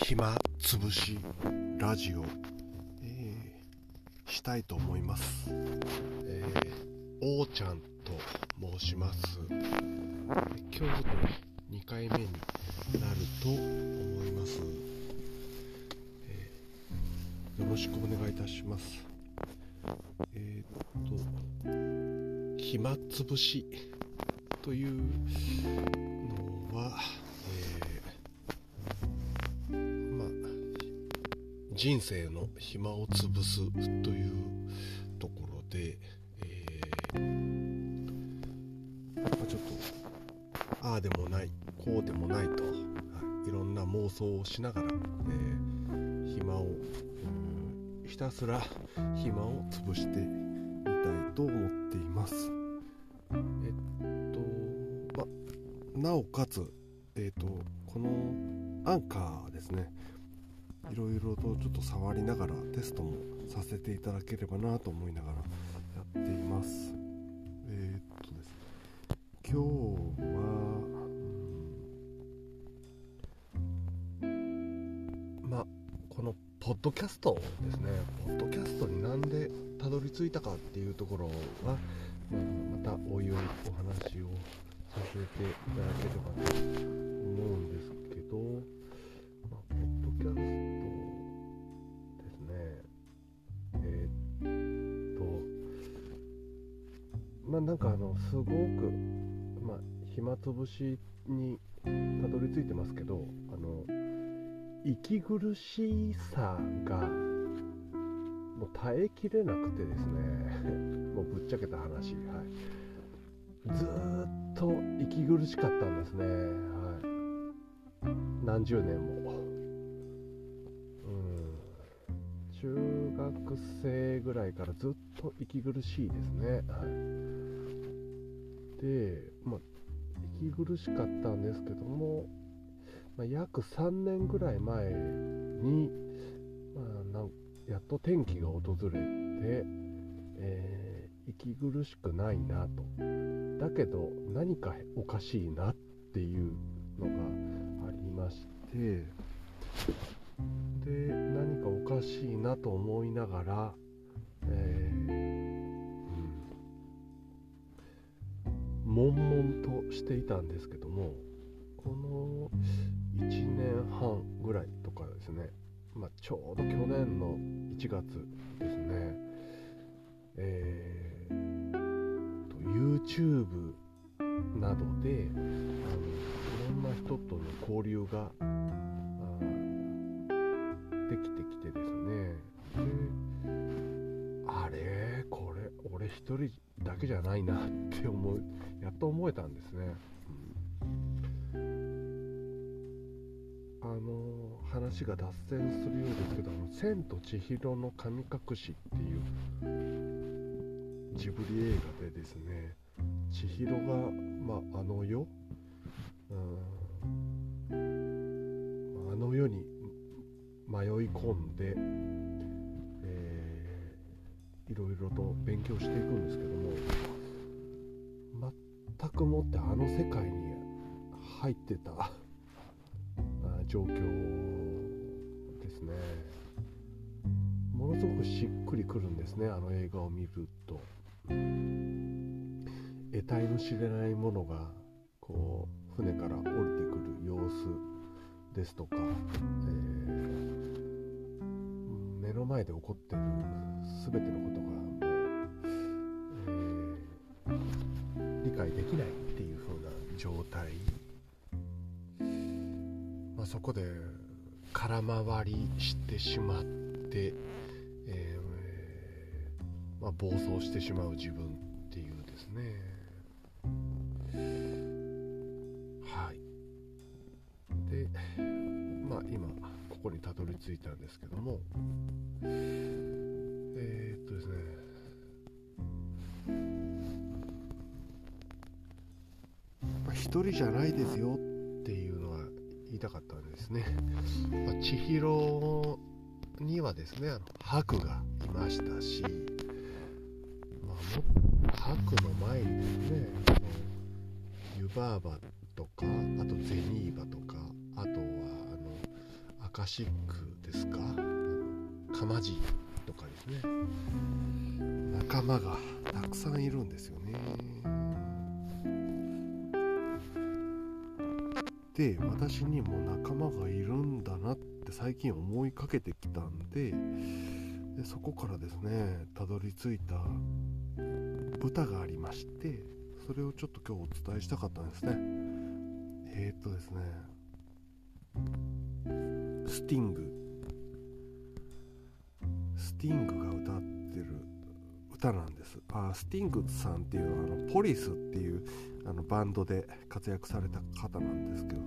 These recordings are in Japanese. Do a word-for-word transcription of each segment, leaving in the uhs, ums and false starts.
暇つぶしラジオ、えー、したいと思います。えー、おーちゃんと申します。今日でにかいめになると思います。えー、よろしくお願いいたします。えー、っと暇つぶしというのは、人生の暇を潰すというところで、えーまあ、ちょっとああでもないこうでもないと、はい、いろんな妄想をしながら、えー、暇をひたすら暇を潰してみたいと思っています。えっと、ま、なおかつ、えっと、このアンカーですね、いろいろとちょっと触りながらテストもさせていただければなと思いながらやっています。えー、っとですね、今日は、うん、まあこのポッドキャストですね、ポッドキャストになんでたどり着いたかっていうところは、まあ、またおいおいお話をさせていただければと思うんですけど、まあ、ポッドキャストですね。えー、っと、まあなんかあのすごく、まあ、暇つぶしにたどり着いてますけど、あの息苦しさがもう耐えきれなくてですね、もうぶっちゃけた話、はい、ずーっと息苦しかったんですね。はい、何十年も。中学生ぐらいからずっと息苦しいですね。はい、で、まあ、息苦しかったんですけども、まあ、約さんねんぐらい前に、まあ、なんやっと転機が訪れて、えー、息苦しくないなと。だけど何かおかしいなっていうのがありまして、で何かおかしいなと思いながら、えーうん、悶々としていたんですけども、このいちねんはんぐらいとかですね、まあ、ちょうど去年のいちがつですね、えー、と YouTube などであのいろんな人との交流ができてきてですね、であれこれ俺一人だけじゃないなって思うやっと思えたんですね。うん、あの話が脱線するようですけど、あの千と千尋の神隠しっていうジブリ映画でですね、千尋が、まあ、あの世、うん、あの世に迷い込んで、えー、いろいろと勉強していくんですけども、全くもってあの世界に入ってた状況ですね。ものすごくしっくりくるんですね、あの映画を見ると。得体の知れないものがこう船から降りてくる様子ですとか、えー、目の前で起こっている全てのことがもう、えー、理解できないっていう風な状態、まあ、そこで空回りしてしまって、えーまあ、暴走してしまう自分っていうですね。はい。で、まあ今ここにたどり着いたんですけども、えー、っとですね、まあ、一人じゃないですよっていうのは言いたかったんですね。まあ、千尋にはですね、あの白がいましたし、まあ、白の前にですね、あの湯婆婆とか、あとゼニーバとか、あとはあのカシックですか、かまじとかですね、仲間がたくさんいるんですよね。で、私にも仲間がいるんだなって最近思いかけてきたんで、でそこからですねたどり着いた歌がありまして、それをちょっと今日お伝えしたかったんですね。えー、っとですねスティングスティングが歌ってる歌なんです。あスティングさんっていうあのポリスっていうあのバンドで活躍された方なんですけどね、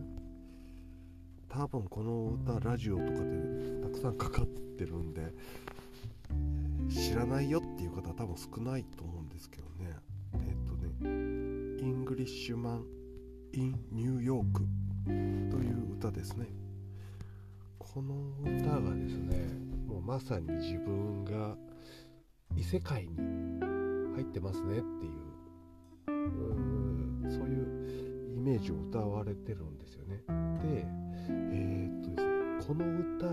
多分この歌ラジオとかでたくさんかかってるんで知らないよっていう方は多分少ないと思うんですけどね。えっとねイングリッシュマン・イン・ニューヨークという歌ですね。この歌がですねもうまさに自分が異世界に入ってますねっていう、うそういうイメージを歌われてるんですよね。で、えー、っとですねこの歌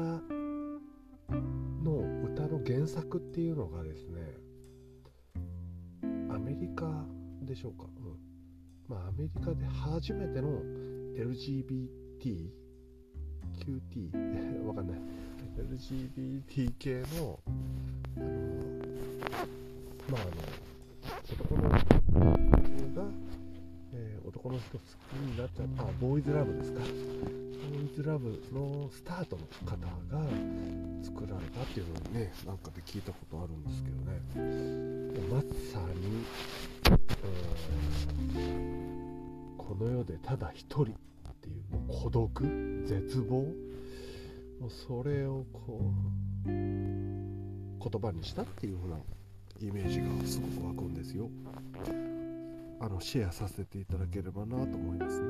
の歌の原作っていうのがですねアメリカでしょうか、うんまあ、アメリカで初めての エルジービーティー キューティー わかんない エルジービーティー 系のあのまああの男の人が、えー、男の人好きになっちゃうあボーイズラブですかボーイズラブのスタートの方が作られたっていうのをねなんかで聞いたことあるんですけどね、まさに、えー、この世でただ一人っていうもう孤独絶望もうそれをこう言葉にしたっていう風なイメージがすごく湧くんですよ。あのシェアさせていただければなと思いますね。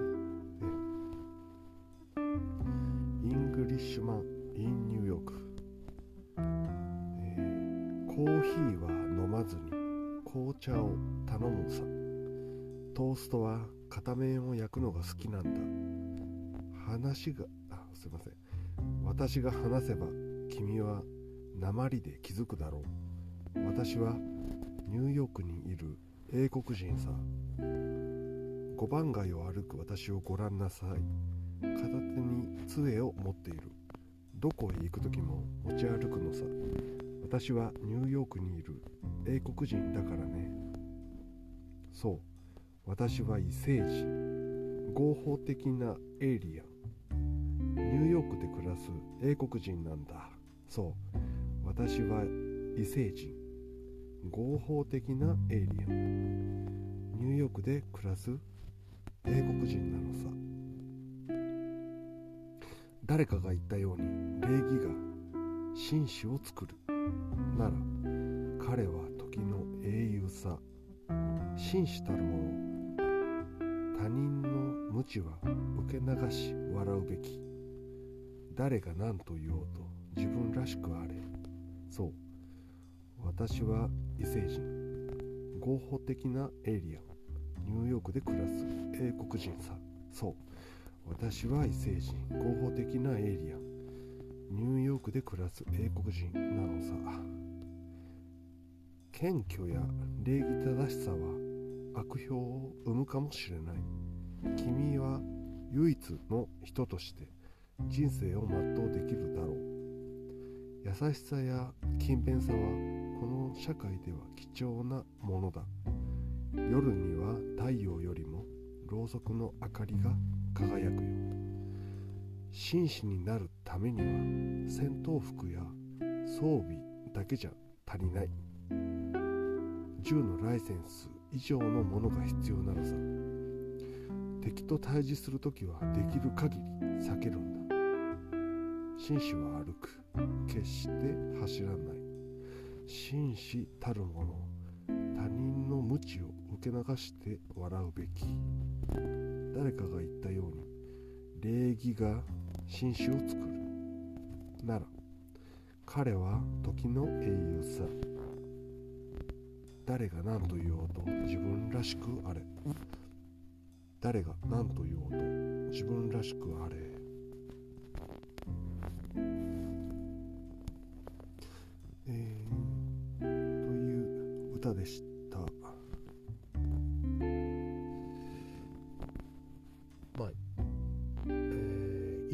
イングリッシュマン・イン・ニューヨーク、えー、コーヒーは飲まずに紅茶を頼むさ、トーストは片面を焼くのが好きなんだ、話があすいません私が話せば君は訛りで気づくだろう、私はニューヨークにいる英国人さ、五番街を歩く私をご覧なさい、片手に杖を持っている、どこへ行く時も持ち歩くのさ、私はニューヨークにいる英国人だからね、そう私は異星人、合法的なエイリアン、ニューヨークで暮らす英国人なんだ、そう私は異星人、合法的なエイリアン、ニューヨークで暮らす英国人なのさ。誰かが言ったように礼儀が紳士を作るなら彼は時の英雄さ、紳士たるもの、他人の無知は受け流し笑うべき、誰が何と言おうと自分らしくあれ、そう私は異星人、合法的なエイリアン、ニューヨークで暮らす英国人さ、そう私は異星人、合法的なエイリアン、ニューヨークで暮らす英国人なのさ。謙虚や礼儀正しさは悪評を生むかもしれない。君は唯一の人として人生を全うできるだろう。優しさや勤勉さはこの社会では貴重なものだ。夜には太陽よりもろうそくの明かりが輝くよ。紳士になるためには戦闘服や装備だけじゃ足りない。銃のライセンス以上のものが必要なのさ。敵と対峙するときはできる限り避けるんだ。紳士は歩く、決して走らない。紳士たるもの、他人の無知を受け流して笑うべき。誰かが言ったように礼儀が紳士を作るなら彼は時の英雄さ。誰が何と言おうと自分らしくあれ。誰が何と言おうと自分らしくあれ。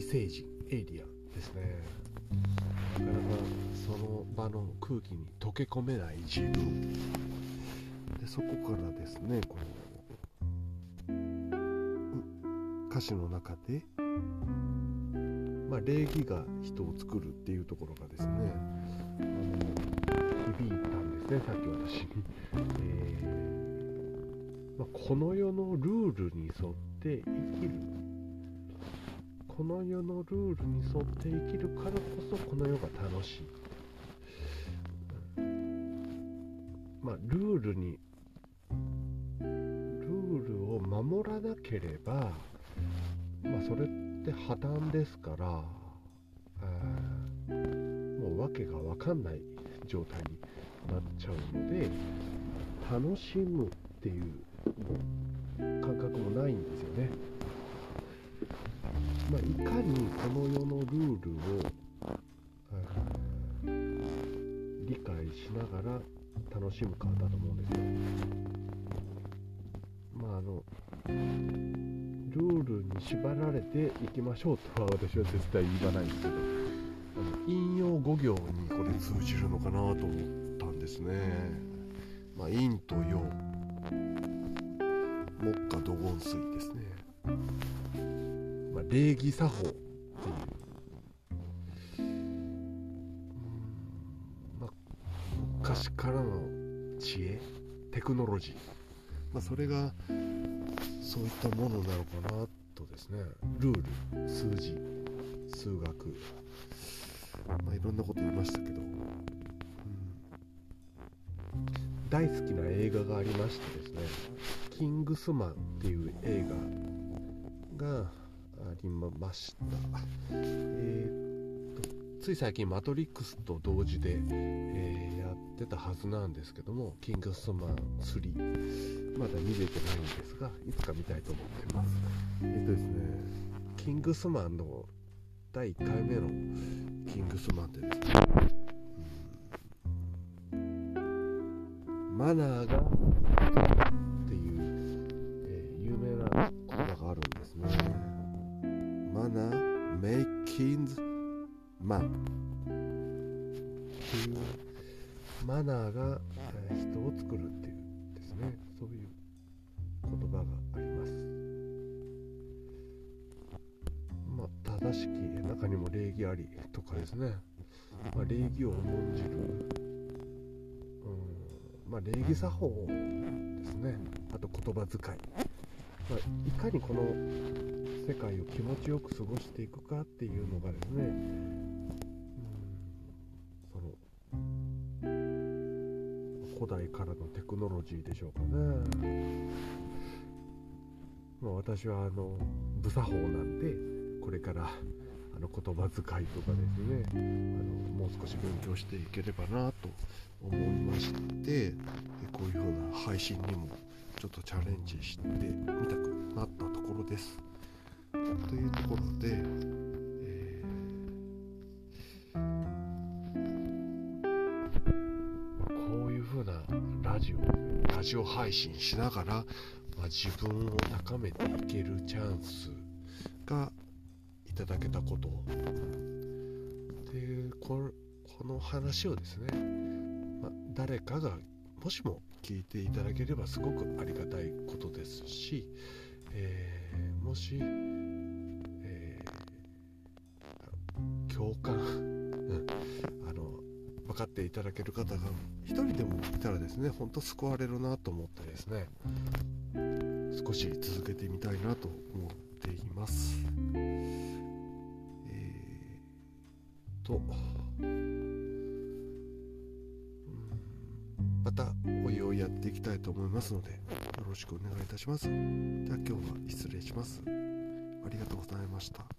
星人エイリアンですね。なかなかその場の空気に溶け込めない自分で、そこからですね、この歌詞の中で、まあ、礼儀が人を作るっていうところがですね、あの響いたんですね、さっき私に、えーまあ、この世のルールに沿って生きる、この世のルールに沿って生きるからこそこの世が楽しい。まあルールにルールを守らなければ、まあそれって破綻ですから、あもう訳が分かんない状態になっちゃうので、楽しむっていう感覚もないんですよね。まあ、いかにこの世のルールを理解しながら楽しむかだと思うんですよ。まああのルールに縛られていきましょうとは私は絶対言わないんですけど、あの引用語行にこれ通じるのかなと思ったんですね。まあ陰と陽、木火土金水ですね。まあ、礼儀作法っていう、うーん、まあ、昔からの知恵、テクノロジー、まあ、それがそういったものなのかなとですね。ルール、数字、数学、まあ、いろんなこと言いましたけど、うん、大好きな映画がありましてですね、キングスマンっていう映画がありました。えー、とつい最近マトリックスと同時で、えー、やってたはずなんですけども、キングスマンスリーまだ見れてないんですが、いつか見たいと思っています。えっ、ー、とですねキングスマンのだいいっかいめのキングスマンでですね、マナーがっていう、えー、有名な言葉があるんですね。マナー makes man っていう、マナーが人を作るっていうですね、そういう言葉があります。まあ正しき中にも礼儀ありとかですね、まあ、礼儀を重んじる、うん、まあ礼儀作法ですね。あと言葉遣い、まあ、いかにこの世界を気持ちよく過ごしていくかっていうのがですね、うん、その古代からのテクノロジーでしょうかね。まあ、私はあの無作法なんで、これからあの言葉遣いとかですね、あのもう少し勉強していければなと思いまして、こういう風な配信にもちょっとチャレンジしてみたくなったところです。というところで、えー、こういう風なラジオラジオ配信しながら、まあ、自分を高めていけるチャンスがいただけたことで、こ, この話をですね、まあ、誰かがもしも聞いていただければすごくありがたいことですし、えー、もし、えー、共感、うん、あの分かっていただける方が一人でもいたらですね、本当救われるなと思ってですね、少し続けてみたいなと思っています。えー、とまたおいおいやっていきたいと思いますので、よろしくお願いいたします。では今日は失礼します。ありがとうございました。